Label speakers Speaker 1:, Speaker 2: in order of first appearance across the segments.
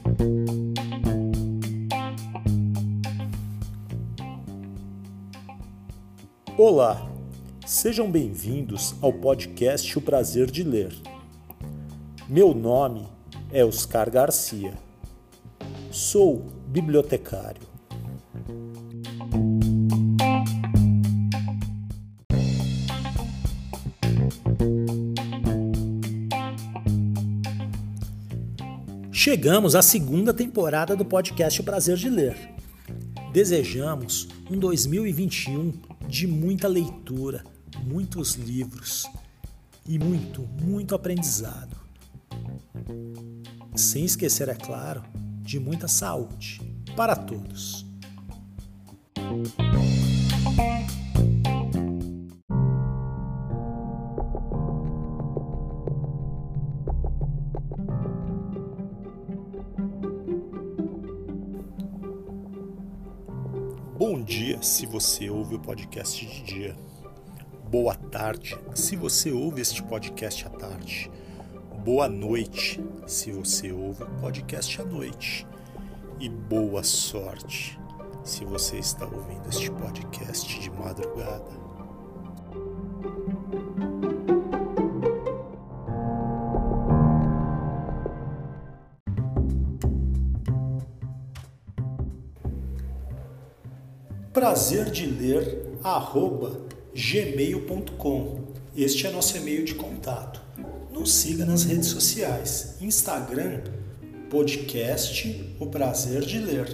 Speaker 1: Olá, sejam bem-vindos ao podcast O Prazer de Ler. Meu nome é Oscar Garcia. Sou bibliotecário. Chegamos à segunda temporada do podcast O Prazer de Ler. Desejamos um 2021 de muita leitura, muitos livros e muito aprendizado. Sem esquecer, é claro, de muita saúde para todos. Bom dia, se você ouve o podcast de dia. Boa tarde, se você ouve este podcast à tarde. Boa noite, se você ouve o podcast à noite. E boa sorte, se você está ouvindo este podcast de madrugada. prazerdeler@gmail.com. Este é nosso e-mail de contato. Nos siga nas redes sociais. Instagram, podcast O Prazer de Ler.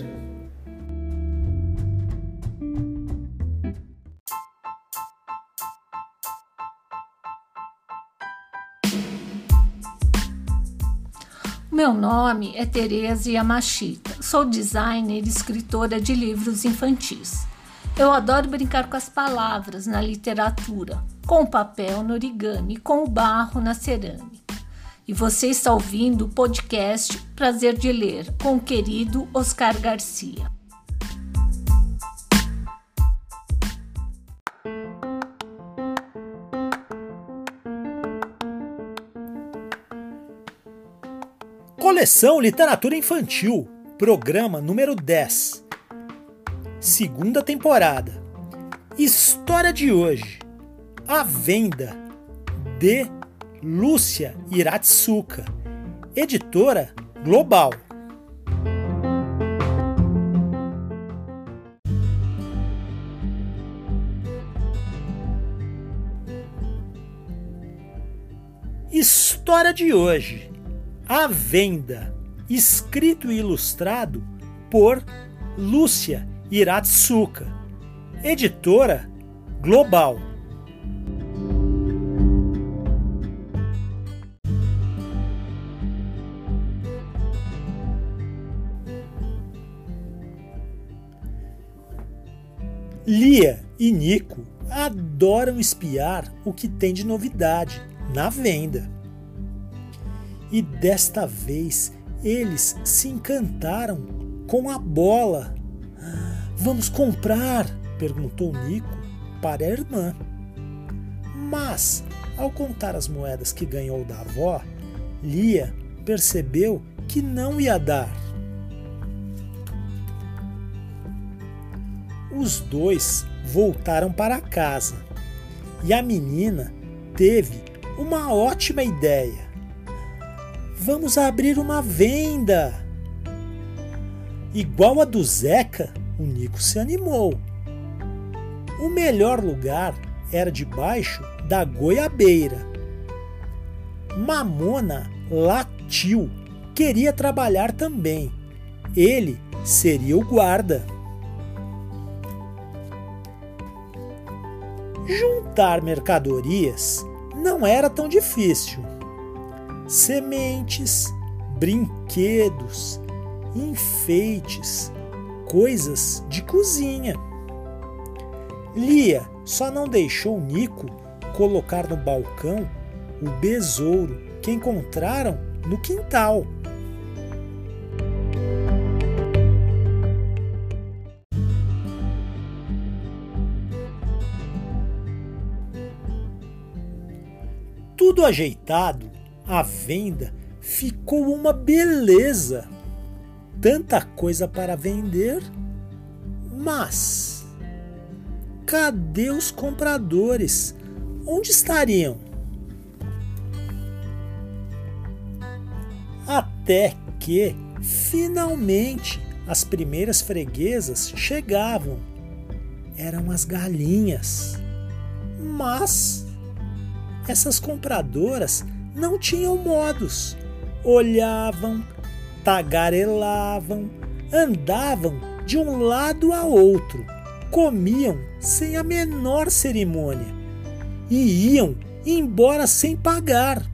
Speaker 2: Meu nome é Tereza Yamashita, sou designer e escritora de livros infantis. Eu adoro brincar com as palavras na literatura, com o papel no origami, com o barro na cerâmica. E você está ouvindo o podcast Prazer de Ler, com o querido Oscar Garcia.
Speaker 1: Coleção Literatura Infantil, programa número 10. Segunda temporada. História de hoje. A Venda, de Lúcia Iratsuka, editora Global. História de hoje. A Venda, escrito e ilustrado por Lúcia Iratsuka, editora Global. Lia e Nico adoram espiar o que tem de novidade na venda. E desta vez eles se encantaram com a bola. "Vamos comprar?", perguntou Nico para a irmã. Mas, ao contar as moedas que ganhou da avó, Lia percebeu que não ia dar. Os dois voltaram para casa e a menina teve uma ótima ideia. "Vamos abrir uma venda!" Igual a do Zeca, o Nico se animou. O melhor lugar era debaixo da goiabeira. Mamona latiu, queria trabalhar também. Ele seria o guarda. Juntar mercadorias não era tão difícil. Sementes, brinquedos, enfeites, coisas de cozinha. Lia só não deixou Nico colocar no balcão o besouro que encontraram no quintal. Tudo ajeitado, a venda ficou uma beleza. tanta coisa para vender, mas cadê os compradores? Onde estariam? Até que, finalmente, as primeiras freguesas chegavam. Eram as galinhas. Mas essas compradoras não tinham modos. Olhavam, tagarelavam, andavam de um lado a outro, comiam sem a menor cerimônia e iam embora sem pagar.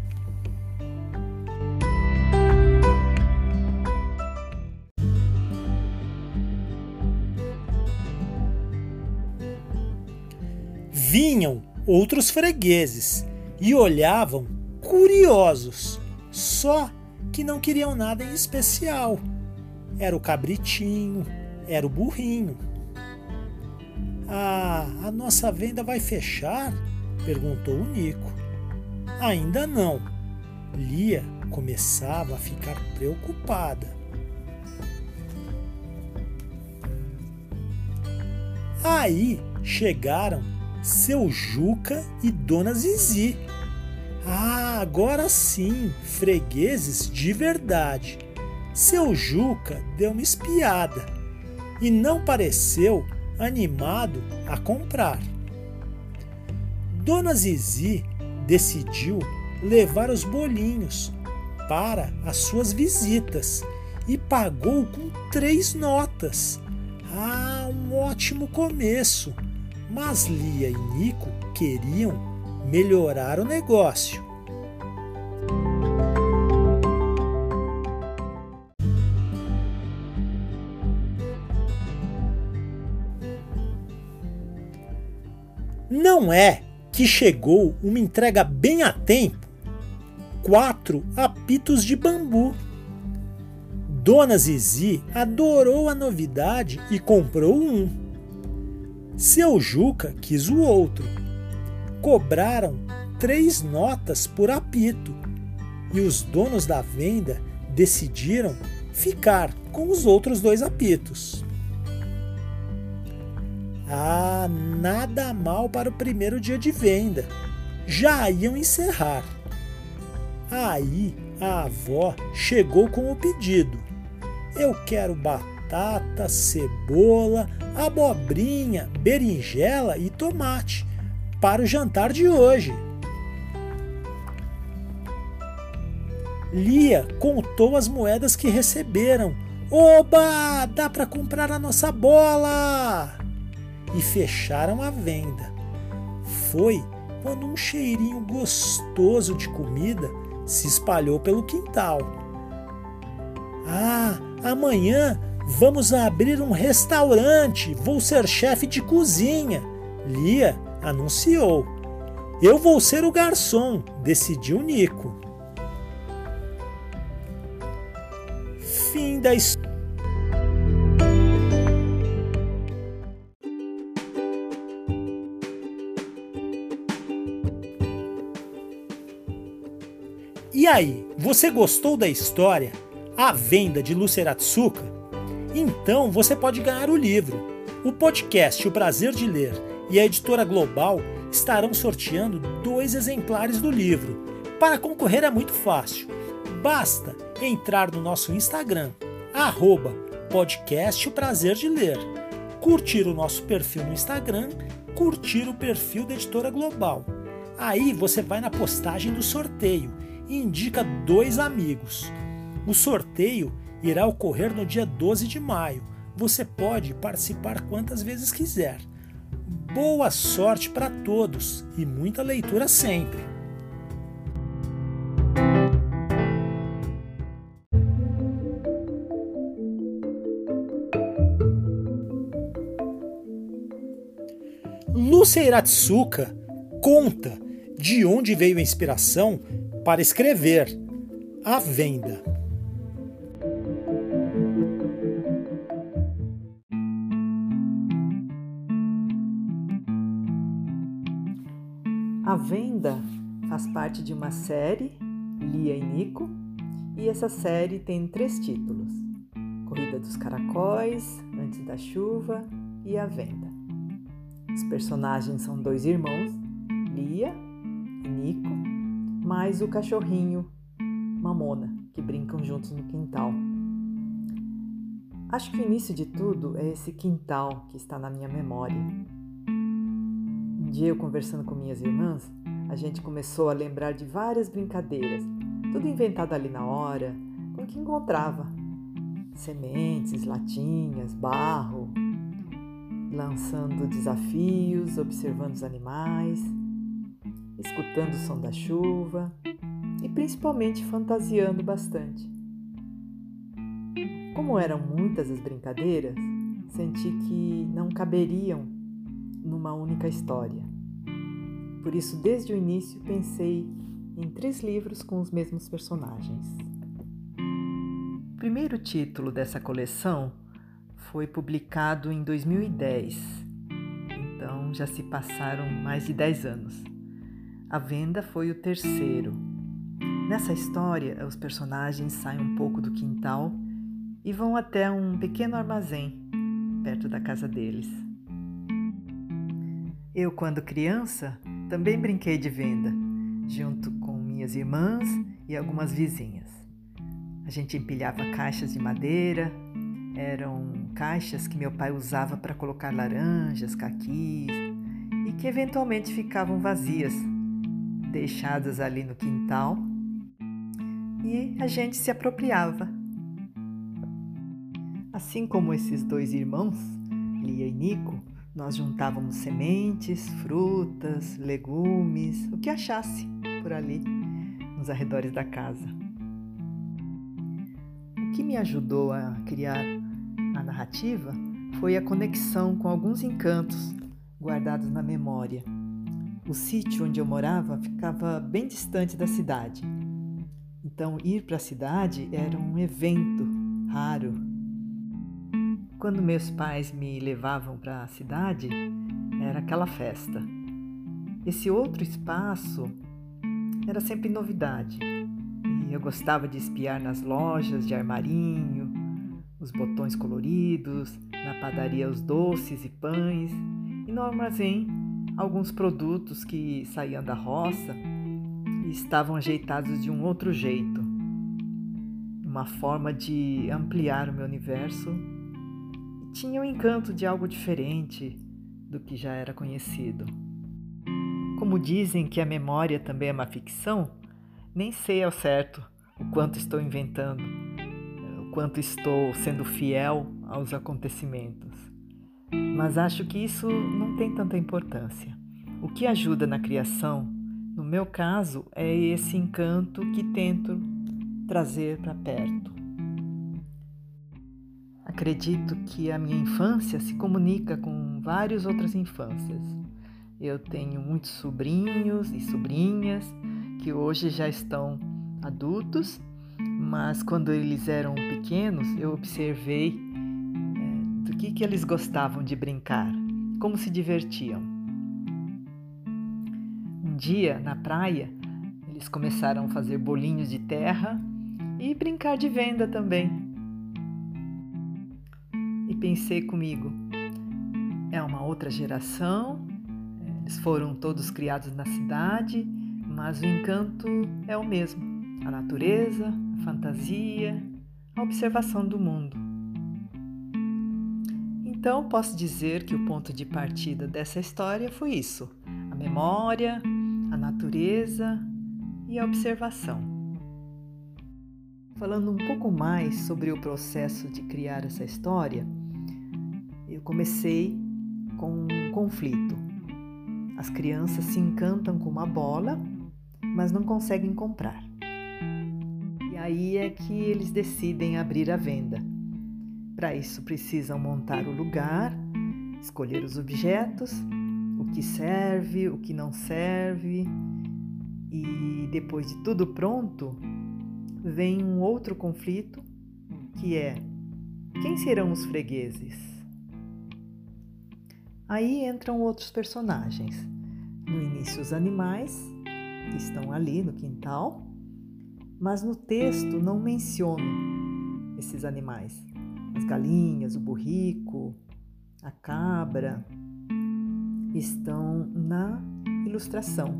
Speaker 1: Vinham outros fregueses e olhavam curiosos, só que não queriam nada em especial. Era o cabritinho, era o burrinho. A nossa venda vai fechar? Perguntou o Nico. Ainda não. Lia começava a ficar preocupada. Aí chegaram seu Juca e Dona Zizi. Agora sim, fregueses de verdade. Seu Juca deu uma espiada e não pareceu animado a comprar. Dona Zizi decidiu levar os bolinhos para as suas visitas e pagou com 3 notas. Um ótimo começo, mas Lia e Nico queriam melhorar o negócio. Não é que chegou uma entrega bem a tempo? 4 apitos de bambu. Dona Zizi adorou a novidade e comprou um. Seu Juca quis o outro. Cobraram 3 notas por apito e os donos da venda decidiram ficar com os outros 2 apitos. Nada mal para o primeiro dia de venda. Já iam encerrar. Aí a avó chegou com o pedido. Eu quero batata, cebola, abobrinha, berinjela e tomate para o jantar de hoje. Lia contou as moedas que receberam. Oba! Dá para comprar a nossa bola! E fecharam a venda. Foi quando um cheirinho gostoso de comida se espalhou pelo quintal. Amanhã vamos abrir um restaurante. Vou ser chefe de cozinha, Lia anunciou. Eu vou ser o garçom, decidiu Nico. Fim da história. E aí, você gostou da história A Venda de Lúcia Iratsuka? Então você pode ganhar o livro. O podcast O Prazer de Ler e a Editora Global estarão sorteando 2 exemplares do livro. Para concorrer é muito fácil. Basta entrar no nosso Instagram, @podcast O Prazer de Ler, curtir o nosso perfil no Instagram, curtir o perfil da Editora Global. Aí você vai na postagem do sorteio e indica 2 amigos. O sorteio irá ocorrer no dia 12 de maio. Você pode participar quantas vezes quiser. Boa sorte para todos e muita leitura sempre! Lúcia Iratsuka conta de onde veio a inspiração para escrever A Venda.
Speaker 3: A Venda faz parte de uma série, Lia e Nico, e essa série tem 3 títulos: Corrida dos Caracóis, Antes da Chuva e A Venda. Os personagens são 2 irmãos, Lia e Nico, mais o cachorrinho Mamona, que brincam juntos no quintal. Acho que o início de tudo é esse quintal que está na minha memória. Um dia, eu conversando com minhas irmãs, a gente começou a lembrar de várias brincadeiras, tudo inventado ali na hora, com o que encontrava. Sementes, latinhas, barro, lançando desafios, observando os animais, escutando o som da chuva e principalmente fantasiando bastante. Como eram muitas as brincadeiras, senti que não caberiam numa única história. Por isso, desde o início, pensei em 3 livros com os mesmos personagens. O primeiro título dessa coleção foi publicado em 2010, então já se passaram mais de 10 anos. A Venda foi o terceiro. Nessa história, os personagens saem um pouco do quintal e vão até um pequeno armazém perto da casa deles. Eu, quando criança, também brinquei de venda, junto com minhas irmãs e algumas vizinhas. A gente empilhava caixas de madeira, eram caixas que meu pai usava para colocar laranjas, caquis e que eventualmente ficavam vazias, deixadas ali no quintal, e a gente se apropriava. Assim como esses 2 irmãos, Lia e Nico, nós juntávamos sementes, frutas, legumes, o que achasse por ali, nos arredores da casa. O que me ajudou a criar a narrativa foi a conexão com alguns encantos guardados na memória. O sítio onde eu morava ficava bem distante da cidade. Então, ir para a cidade era um evento raro. Quando meus pais me levavam para a cidade, era aquela festa. Esse outro espaço era sempre novidade. E eu gostava de espiar nas lojas de armarinho, os botões coloridos, na padaria os doces e pães, e no armazém alguns produtos que saíam da roça e estavam ajeitados de um outro jeito. Uma forma de ampliar o meu universo. Tinha o encanto de algo diferente do que já era conhecido. Como dizem que a memória também é uma ficção, nem sei ao certo o quanto estou inventando, o quanto estou sendo fiel aos acontecimentos. Mas acho que isso não tem tanta importância. O que ajuda na criação, no meu caso, é esse encanto que tento trazer para perto. Acredito que a minha infância se comunica com várias outras infâncias. Eu tenho muitos sobrinhos e sobrinhas que hoje já estão adultos, mas quando eles eram pequenos eu observei do que eles gostavam de brincar, como se divertiam. Um dia, na praia, eles começaram a fazer bolinhos de terra e brincar de venda também. E pensei comigo, é uma outra geração, eles foram todos criados na cidade, mas o encanto é o mesmo, a natureza, a fantasia, a observação do mundo. Então posso dizer que o ponto de partida dessa história foi isso, a memória, a natureza e a observação. Falando um pouco mais sobre o processo de criar essa história, eu comecei com um conflito. As crianças se encantam com uma bola, mas não conseguem comprar. E aí é que eles decidem abrir a venda. Para isso precisam montar o lugar, escolher os objetos, o que serve, o que não serve, e depois de tudo pronto, vem um outro conflito, que é: quem serão os fregueses? Aí entram outros personagens. No início, os animais, que estão ali no quintal, mas no texto não menciono esses animais. as galinhas, o burrico, a cabra, estão na ilustração.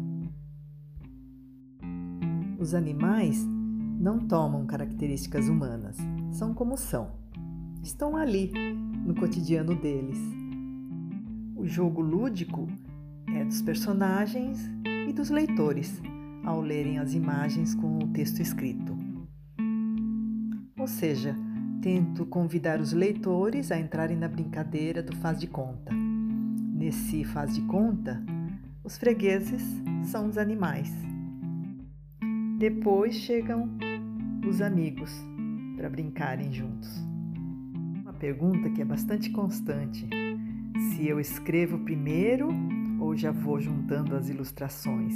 Speaker 3: Os animais não tomam características humanas, são como são. Estão ali, no cotidiano deles. O jogo lúdico é dos personagens e dos leitores, ao lerem as imagens com o texto escrito. Ou seja, tento convidar os leitores a entrarem na brincadeira do faz de conta. Nesse faz de conta, os fregueses são os animais. Depois chegam os amigos para brincarem juntos. Uma pergunta que é bastante constante: se eu escrevo primeiro ou já vou juntando as ilustrações?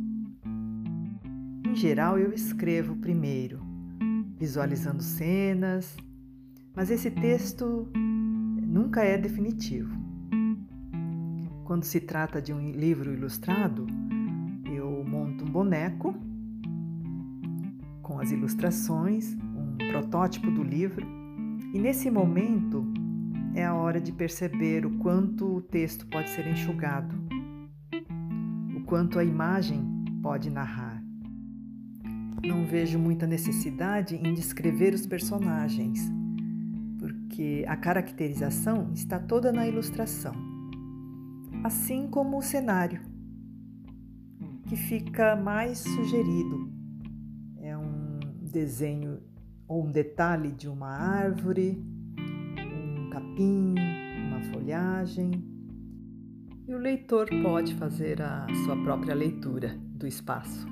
Speaker 3: Em geral, eu escrevo primeiro, visualizando cenas, mas esse texto nunca é definitivo. Quando se trata de um livro ilustrado, eu monto um boneco com as ilustrações, um protótipo do livro, e nesse momento é a hora de perceber o quanto o texto pode ser enxugado, o quanto a imagem pode narrar. Não vejo muita necessidade em descrever os personagens, porque a caracterização está toda na ilustração, assim como o cenário, que fica mais sugerido. É um desenho ou um detalhe de uma árvore, um capim, uma folhagem, e o leitor pode fazer a sua própria leitura do espaço.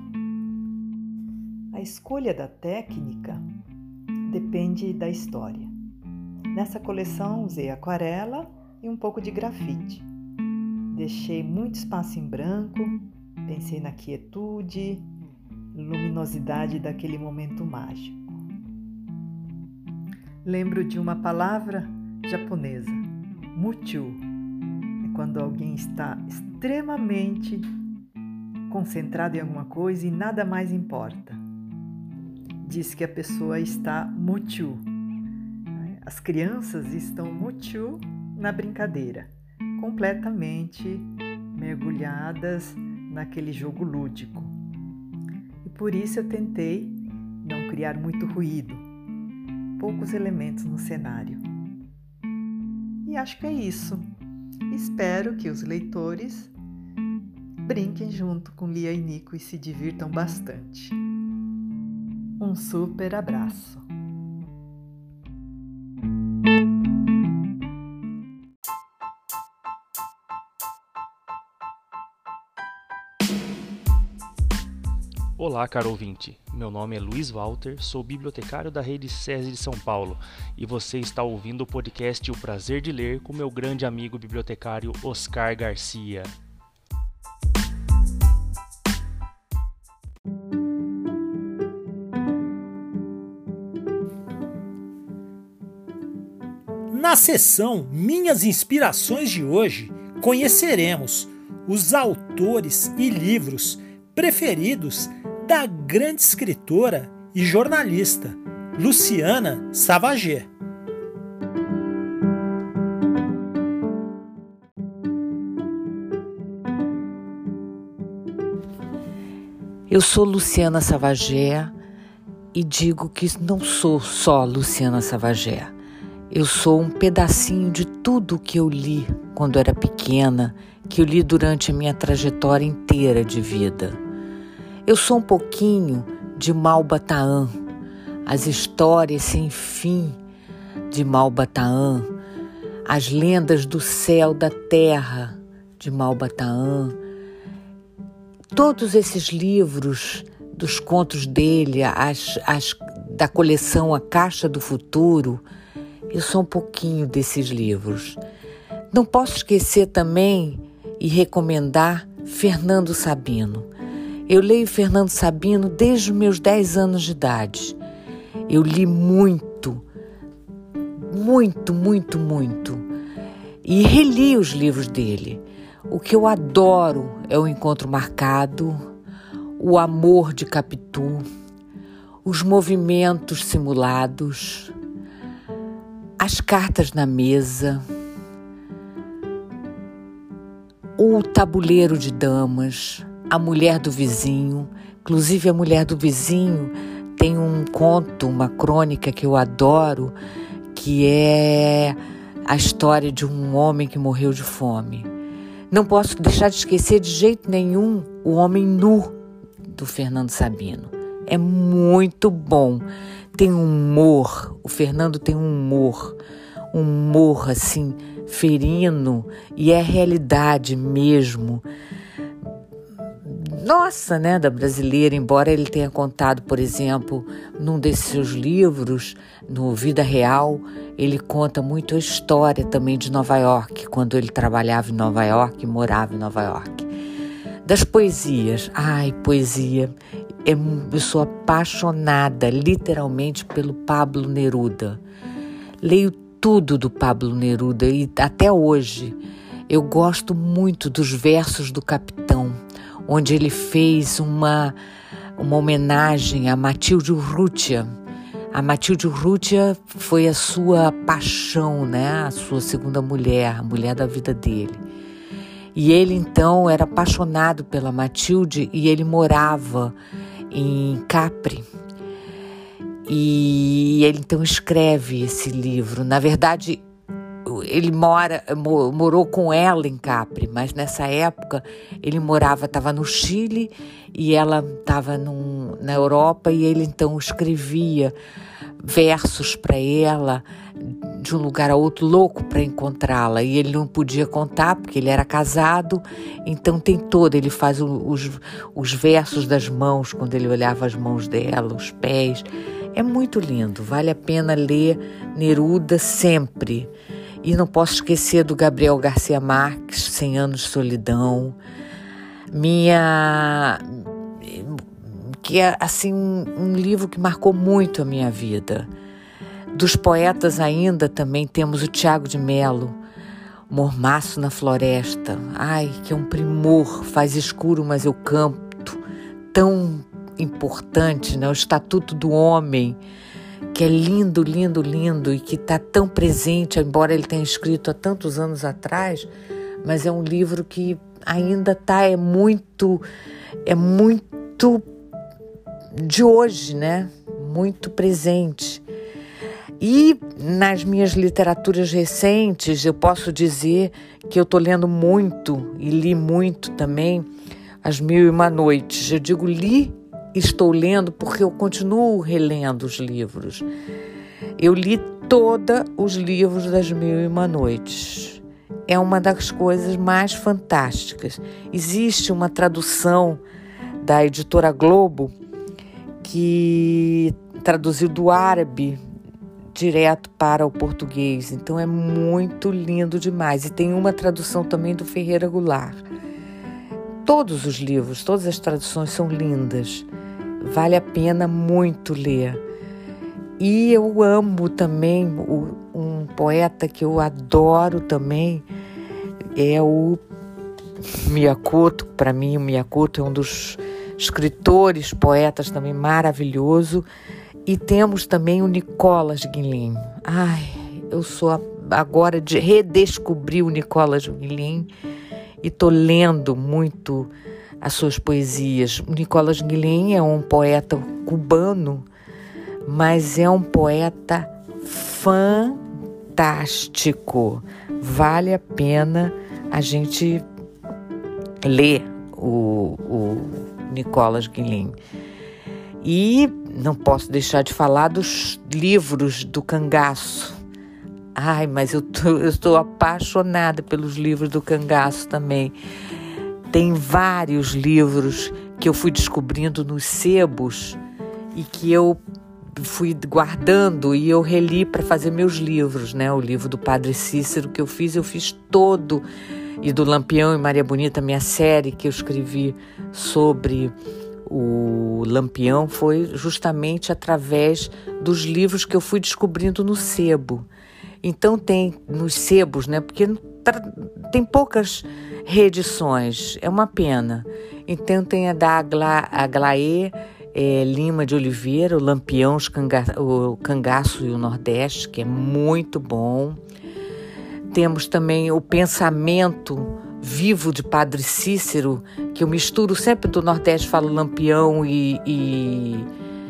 Speaker 3: A escolha da técnica depende da história. Nessa coleção usei aquarela e um pouco de grafite. Deixei muito espaço em branco, pensei na quietude, luminosidade daquele momento mágico. Lembro de uma palavra japonesa, muchu. É quando alguém está extremamente concentrado em alguma coisa e nada mais importa. Diz que a pessoa está muchu. As crianças estão muchu na brincadeira, completamente mergulhadas naquele jogo lúdico. E por isso eu tentei não criar muito ruído, poucos elementos no cenário. E acho que é isso. Espero que os leitores brinquem junto com Lia e Nico e se divirtam bastante. Um super abraço!
Speaker 4: Olá, caro ouvinte. Meu nome é Luiz Walter, sou bibliotecário da Rede SESI de São Paulo e você está ouvindo o podcast O Prazer de Ler com meu grande amigo bibliotecário Oscar Garcia.
Speaker 1: Na sessão Minhas Inspirações de hoje, conheceremos os autores e livros preferidos da grande escritora e jornalista Luciana Savagé.
Speaker 5: Eu sou Luciana Savagé e digo que não sou só Luciana Savagé. Eu sou um pedacinho de tudo que eu li quando era pequena, que eu li durante a minha trajetória inteira de vida. Eu sou um pouquinho de Malba-Tahan, as histórias sem fim de Malba-Tahan, as lendas do céu, da terra de Malba-Tahan. Todos esses livros dos contos dele, da coleção A Caixa do Futuro, eu sou um pouquinho desses livros. Não posso esquecer também e recomendar Fernando Sabino. Eu leio Fernando Sabino desde os meus 10 anos de idade. Eu li muito, muito, muito, muito. E reli os livros dele. O que eu adoro é O Encontro Marcado, O Amor de Capitu, Os Movimentos Simulados, As cartas na mesa, o tabuleiro de damas, a mulher do vizinho. Inclusive, a mulher do vizinho tem um conto, uma crônica que eu adoro, que é a história de um homem que morreu de fome. Não posso deixar de esquecer de jeito nenhum O Homem Nu, do Fernando Sabino. É muito bom. Tem humor, o Fernando tem um humor assim, ferino, e é realidade mesmo. Nossa, né, da brasileira, embora ele tenha contado, por exemplo, num desses seus livros, no Vida Real, ele conta muito a história também de Nova York, quando ele trabalhava em Nova York e morava em Nova York. Das poesias, poesia, eu sou apaixonada literalmente pelo Pablo Neruda. Leio tudo do Pablo Neruda e até hoje eu gosto muito dos versos do Capitão, onde ele fez uma homenagem a Matilde Urrutia. A Matilde Urrutia foi a sua paixão, né? A sua segunda mulher, a mulher da vida dele. E ele, então, era apaixonado pela Matilde e ele morava em Capri. E ele, então, escreve esse livro. Na verdade, ele morou com ela em Capri, mas nessa época ele estava no Chile e ela estava na Europa, e ele, então, escrevia versos para ela de um lugar a outro, louco para encontrá-la, e ele não podia contar porque ele era casado. Então ele faz os versos das mãos, quando ele olhava as mãos dela, os pés. É muito lindo, vale a pena ler Neruda sempre. E não posso esquecer do Gabriel Garcia Marques, 100 Anos de Solidão, que é assim um livro que marcou muito a minha vida. Dos poetas ainda também temos o Tiago de Mello, Mormaço na Floresta. Que é um primor, faz escuro, mas eu canto. Tão importante, né? O Estatuto do Homem, que é lindo, lindo, lindo, e que está tão presente, embora ele tenha escrito há tantos anos atrás, mas é um livro que ainda é muito de hoje, né? Muito presente. E nas minhas literaturas recentes, eu posso dizer que eu estou lendo muito, e li muito também, As Mil e Uma Noites. Eu digo li e estou lendo porque eu continuo relendo os livros. Eu li todos os livros das Mil e Uma Noites. É uma das coisas mais fantásticas. Existe uma tradução da editora Globo que traduziu do árabe direto para o português. Então é muito lindo demais. E tem uma tradução também do Ferreira Goulart. Todos os livros, todas as traduções são lindas. Vale a pena muito ler. E eu amo também um poeta que eu adoro também, é o Miyakoto. Para mim, o Miyakoto é um dos escritores, poetas também maravilhoso. E temos também o Nicolas Guilhem. Eu sou agora de redescobrir o Nicolas Guilhem e estou lendo muito as suas poesias. O Nicolas Guilhem é um poeta cubano, mas é um poeta fantástico. Vale a pena a gente ler o Nicolas Guilhem. E não posso deixar de falar dos livros do Cangaço. Mas eu estou apaixonada pelos livros do Cangaço também. Tem vários livros que eu fui descobrindo nos sebos e que eu fui guardando e eu reli para fazer meus livros, né? O livro do Padre Cícero que eu fiz todo. E do Lampião e Maria Bonita, minha série que eu escrevi sobre o Lampião, foi justamente através dos livros que eu fui descobrindo no sebo. Então tem nos sebos, né? Porque tem poucas reedições, é uma pena. Então tem a da Aglaé, Lima de Oliveira, o Lampião, o Cangaço e o Nordeste, que é muito bom. Temos também o Pensamento Vivo de Padre Cícero, que eu misturo sempre do Nordeste, falo Lampião e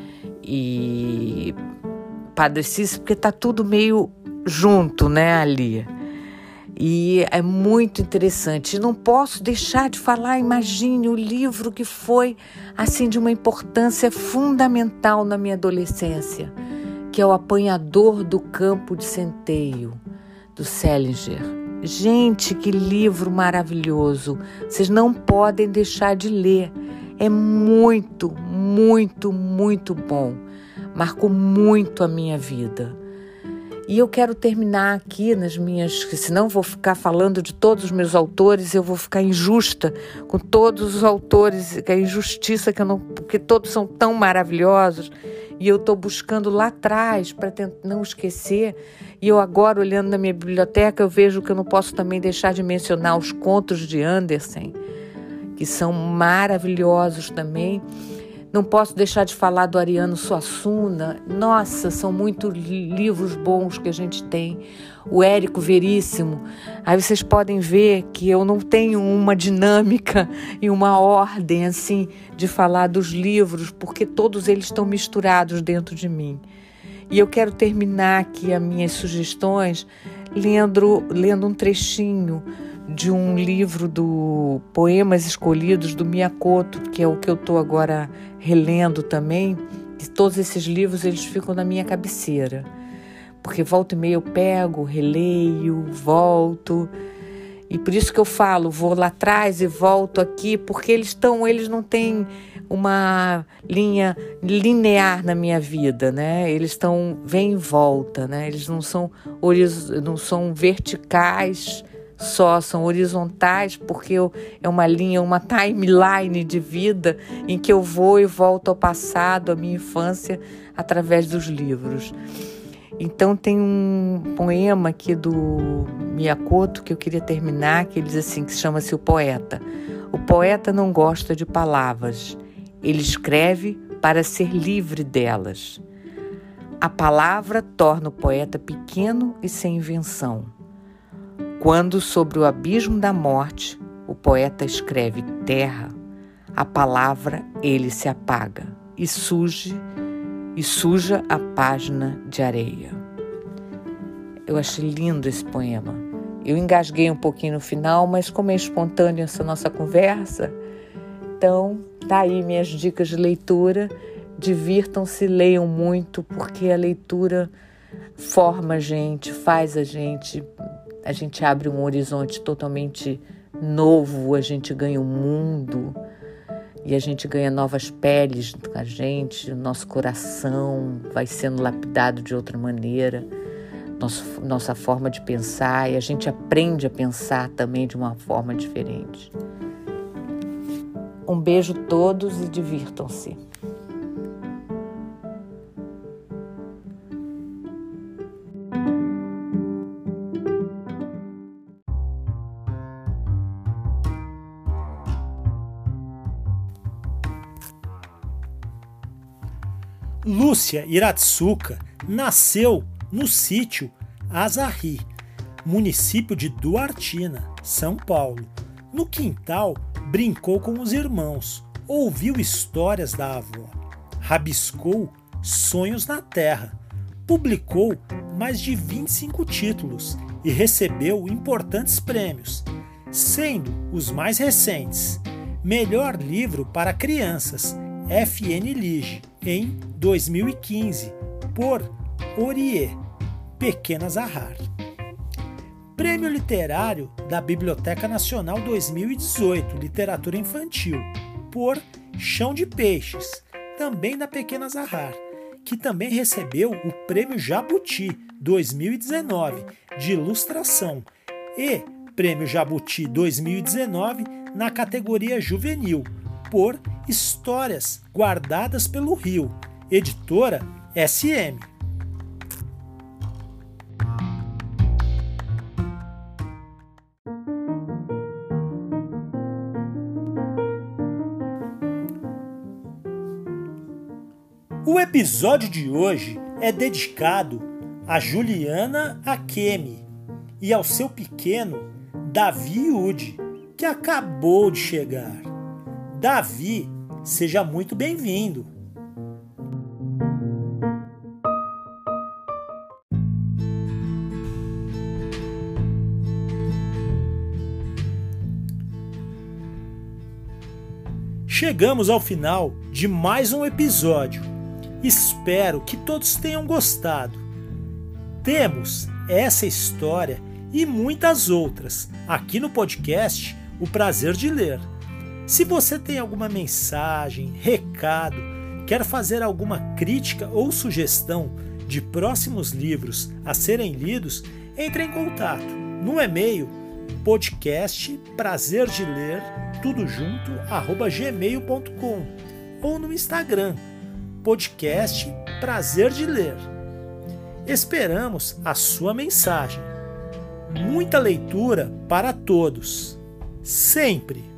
Speaker 5: Padre Cícero, porque está tudo meio junto, né, ali. E é muito interessante. Não posso deixar de falar, imagine, o livro que foi assim de uma importância fundamental na minha adolescência, que é O Apanhador do Campo de Centeio, do Salinger. Gente, que livro maravilhoso! Vocês não podem deixar de ler. É muito, muito, muito bom. Marcou muito a minha vida. E eu quero terminar aqui nas minhas... Senão vou ficar falando de todos os meus autores, eu vou ficar injusta com todos os autores, que é injustiça, porque todos são tão maravilhosos. E eu estou buscando lá atrás para não esquecer. E eu agora, olhando na minha biblioteca, eu vejo que eu não posso também deixar de mencionar os contos de Andersen, que são maravilhosos também. Não posso deixar de falar do Ariano Suassuna. Nossa, são muitos livros bons que a gente tem. O Érico Veríssimo. Aí vocês podem ver que eu não tenho uma dinâmica e uma ordem assim de falar dos livros, porque todos eles estão misturados dentro de mim. E eu quero terminar aqui as minhas sugestões lendo um trechinho de um livro do Poemas Escolhidos do Miyakoto, que é o que eu estou agora relendo também. E todos esses livros eles ficam na minha cabeceira, porque volta e meia eu pego, releio, volto. E por isso que eu falo, vou lá atrás e volto aqui, porque eles não têm uma linha linear na minha vida, né? Eles vêm e volta, né? Eles não são verticais só, são horizontais, porque é uma linha, uma timeline de vida em que eu vou e volto ao passado, à minha infância, através dos livros. Então tem um poema aqui do Miyakoto que eu queria terminar, que ele diz assim, que chama-se O Poeta. O poeta não gosta de palavras, ele escreve para ser livre delas. A palavra torna o poeta pequeno e sem invenção. Quando, sobre o abismo da morte, o poeta escreve terra, a palavra ele se apaga e suja a página de areia. Eu achei lindo esse poema. Eu engasguei um pouquinho no final, mas como é espontânea essa nossa conversa, então tá aí minhas dicas de leitura. Divirtam-se, leiam muito, porque a leitura forma a gente, faz a gente abre um horizonte totalmente novo, a gente ganha um mundo e a gente ganha novas peles com a gente, o nosso coração vai sendo lapidado de outra maneira, nossa forma de pensar, e a gente aprende a pensar também de uma forma diferente. Um beijo a todos e divirtam-se.
Speaker 1: Lúcia Iratsuka nasceu no sítio Azarri, município de Duartina, São Paulo. No quintal, brincou com os irmãos, ouviu histórias da avó, rabiscou Sonhos na Terra, publicou mais de 25 títulos e recebeu importantes prêmios, sendo os mais recentes: Melhor Livro para Crianças, FN Lige, em 2015, por Orie, Pequena Zahar. Prêmio Literário da Biblioteca Nacional 2018, Literatura Infantil, por Chão de Peixes, também da Pequena Zahar, que também recebeu o Prêmio Jabuti 2019, de Ilustração, e Prêmio Jabuti 2019 na categoria Juvenil, por Histórias Guardadas pelo Rio, editora SM. O episódio de hoje é dedicado a Juliana Akemi e ao seu pequeno Davi Yudi, que acabou de chegar. Davi, seja muito bem-vindo. Chegamos ao final de mais um episódio. Espero que todos tenham gostado. Temos essa história e muitas outras aqui no podcast O Prazer de Ler. Se você tem alguma mensagem, recado, quer fazer alguma crítica ou sugestão de próximos livros a serem lidos, entre em contato no e-mail podcastprazerdeler@gmail.com ou no Instagram podcast Prazer de Ler. Esperamos a sua mensagem. Muita leitura para todos, sempre!